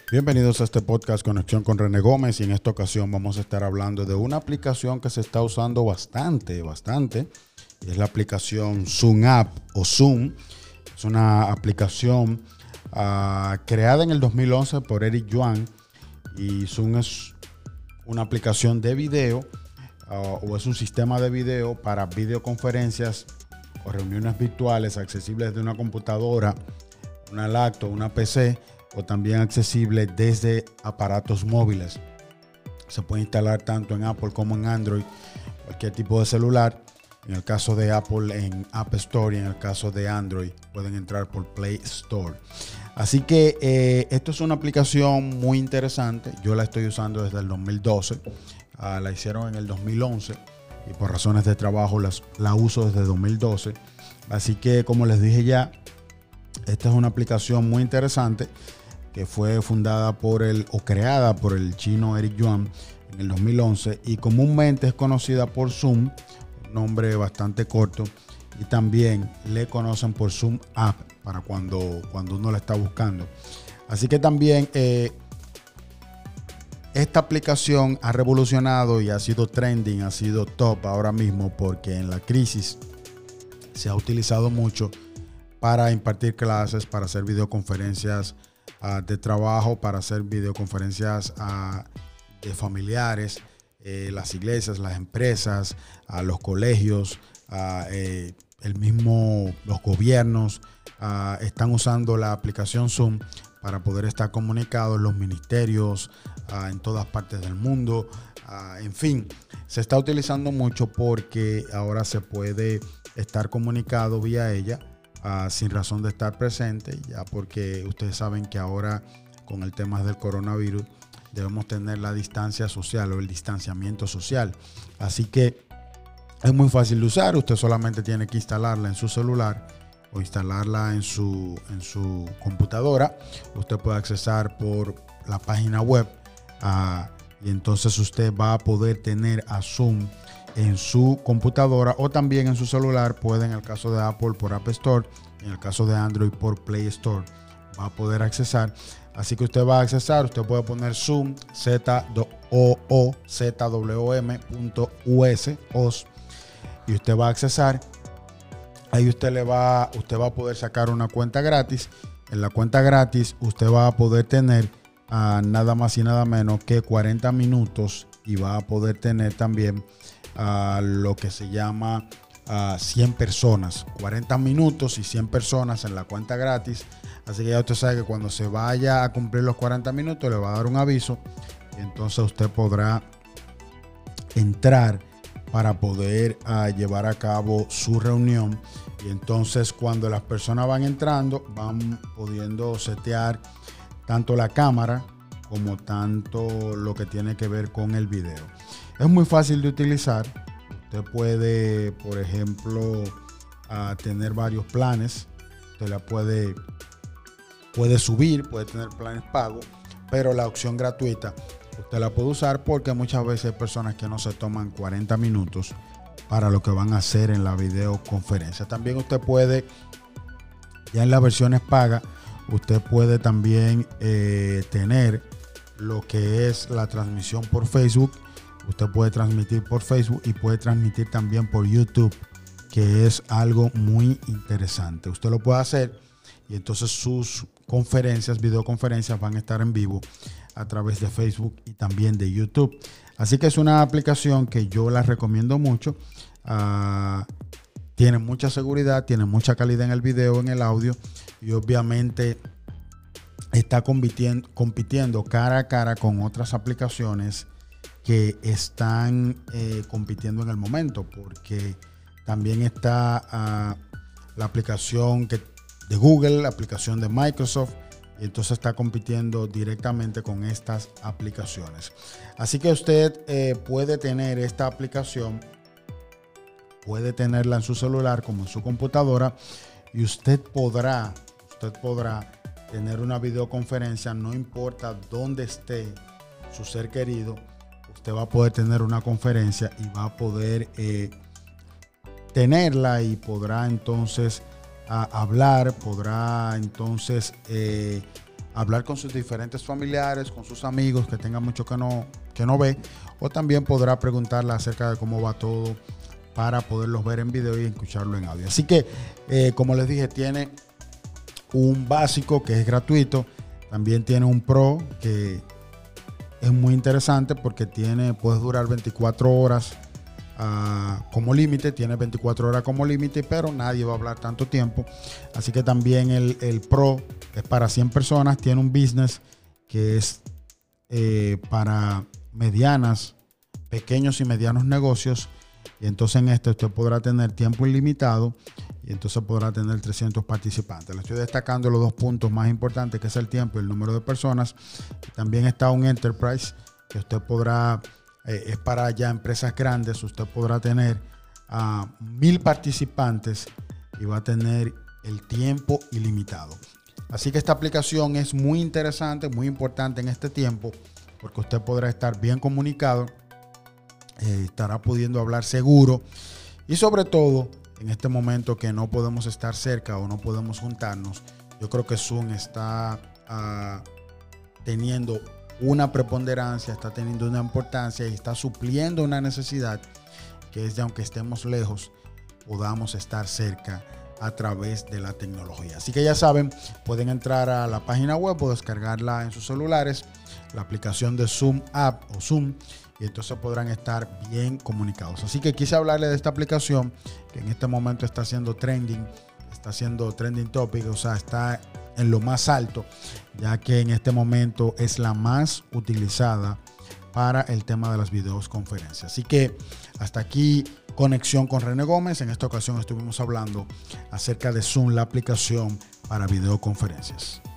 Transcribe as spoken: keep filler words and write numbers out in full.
Bienvenidos a este podcast Conexión con René Gómez, y en esta ocasión vamos a estar hablando de una aplicación que se está usando bastante, bastante. Y es la aplicación Zoom App o Zoom. Es una aplicación uh, creada en el dos mil once por Eric Yuan, y Zoom es una aplicación de video uh, o es un sistema de video para videoconferencias o reuniones virtuales accesibles desde una computadora, una laptop, una P C, o también accesible desde aparatos móviles. Se puede instalar tanto en Apple como en Android, cualquier tipo de celular. En el caso de Apple en App Store, y en el caso de Android pueden entrar por Play Store. Así que eh, esto es una aplicación muy interesante. Yo la estoy usando desde el dos mil doce. Uh, la hicieron en el dos mil once y por razones de trabajo las, la uso desde dos mil doce. Así que, como les dije ya, esta es una aplicación muy interesante que fue fundada por el o creada por el chino Eric Yuan en el dos mil once, y comúnmente es conocida por Zoom, un nombre bastante corto, y también le conocen por Zoom App para cuando, cuando uno la está buscando. Así que también eh, esta aplicación ha revolucionado y ha sido trending, ha sido top ahora mismo, porque en la crisis se ha utilizado mucho para impartir clases, para hacer videoconferencias uh, de trabajo, para hacer videoconferencias uh, de familiares, eh, las iglesias, las empresas, uh, los colegios, uh, eh, el mismo, los gobiernos uh, están usando la aplicación Zoom para poder estar comunicados, los ministerios uh, en todas partes del mundo. Uh, en fin, se está utilizando mucho porque ahora se puede estar comunicado vía ella. Uh, sin razón de estar presente, ya porque ustedes saben que ahora con el tema del coronavirus debemos tener la distancia social o el distanciamiento social. Así que es muy fácil de usar. Usted solamente tiene que instalarla en su celular o instalarla en su, en su computadora. Usted puede accesar por la página web uh, y entonces usted va a poder tener a Zoom en su computadora, o también en su celular. Puede, en el caso de Apple, por App Store, en el caso de Android, por Play Store, va a poder accesar. Así que usted va a accesar, usted puede poner Zoom, Z O O Z W M punto U S, y usted va a accesar. Ahí usted le va, usted va a poder sacar una cuenta gratis. En la cuenta gratis usted va a poder tener uh, nada más y nada menos que cuarenta minutos, y va a poder tener también a lo que se llama uh, cien personas, cuarenta minutos y cien personas en la cuenta gratis. Así que ya usted sabe que cuando se vaya a cumplir los cuarenta minutos le va a dar un aviso, y entonces usted podrá entrar para poder uh, llevar a cabo su reunión. Y entonces, cuando las personas van entrando, van pudiendo setear tanto la cámara como tanto lo que tiene que ver con el video. Es muy fácil de utilizar. Usted puede, por ejemplo, uh, tener varios planes. Usted la puede, puede subir, puede tener planes pagos, pero la opción gratuita usted la puede usar, porque muchas veces hay personas que no se toman cuarenta minutos para lo que van a hacer en la videoconferencia. También usted puede, ya en las versiones pagas, usted puede también eh, tener lo que es la transmisión por Facebook. Usted puede transmitir por Facebook y puede transmitir también por YouTube, que es algo muy interesante. Usted lo puede hacer, y entonces sus conferencias, videoconferencias, van a estar en vivo a través de Facebook y también de YouTube. Así que es una aplicación que yo la recomiendo mucho. Uh, tiene mucha seguridad, tiene mucha calidad en el video, en el audio, y obviamente está compitiendo, compitiendo cara a cara con otras aplicaciones que están eh, compitiendo en el momento, porque también está uh, la aplicación que, de Google, la aplicación de Microsoft, y entonces está compitiendo directamente con estas aplicaciones. Así que usted eh, puede tener esta aplicación, puede tenerla en su celular como en su computadora, y usted podrá, usted podrá tener una videoconferencia, no importa dónde esté su ser querido. Usted va a poder tener una conferencia y va a poder eh, tenerla, y podrá entonces a hablar, podrá entonces eh, hablar con sus diferentes familiares, con sus amigos que tengan mucho que no, que no ve, o también podrá preguntarle acerca de cómo va todo para poderlos ver en video y escucharlo en audio. Así que, eh, como les dije, tiene un básico que es gratuito, también tiene un Pro que es muy interesante porque tiene, puedes durar veinticuatro horas uh, como límite, tiene veinticuatro horas como límite, pero nadie va a hablar tanto tiempo. Así que también el, el Pro es para cien personas, tiene un business que es eh, para medianas, pequeños y medianos negocios. Y entonces en este usted podrá tener tiempo ilimitado y entonces podrá tener trescientos participantes. Le estoy destacando los dos puntos más importantes, que es el tiempo y el número de personas. También está un Enterprise que usted podrá, eh, es para ya empresas grandes, usted podrá tener a uh, mil participantes y va a tener el tiempo ilimitado. Así que esta aplicación es muy interesante, muy importante en este tiempo, porque usted podrá estar bien comunicado, eh, estará pudiendo hablar seguro y sobre todo en este momento que no podemos estar cerca o no podemos juntarnos. Yo creo que Zoom está uh, teniendo una preponderancia, está teniendo una importancia y está supliendo una necesidad que es de, aunque estemos lejos, podamos estar cerca a través de la tecnología. Así que ya saben, pueden entrar a la página web o descargarla en sus celulares, la aplicación de Zoom App o Zoom, y entonces podrán estar bien comunicados. Así que quise hablarle de esta aplicación que en este momento está haciendo trending, está haciendo trending topic, o sea, está en lo más alto, ya que en este momento es la más utilizada para el tema de las videoconferencias. Así que hasta aquí Conexión con René Gómez. En esta ocasión estuvimos hablando acerca de Zoom, la aplicación para videoconferencias.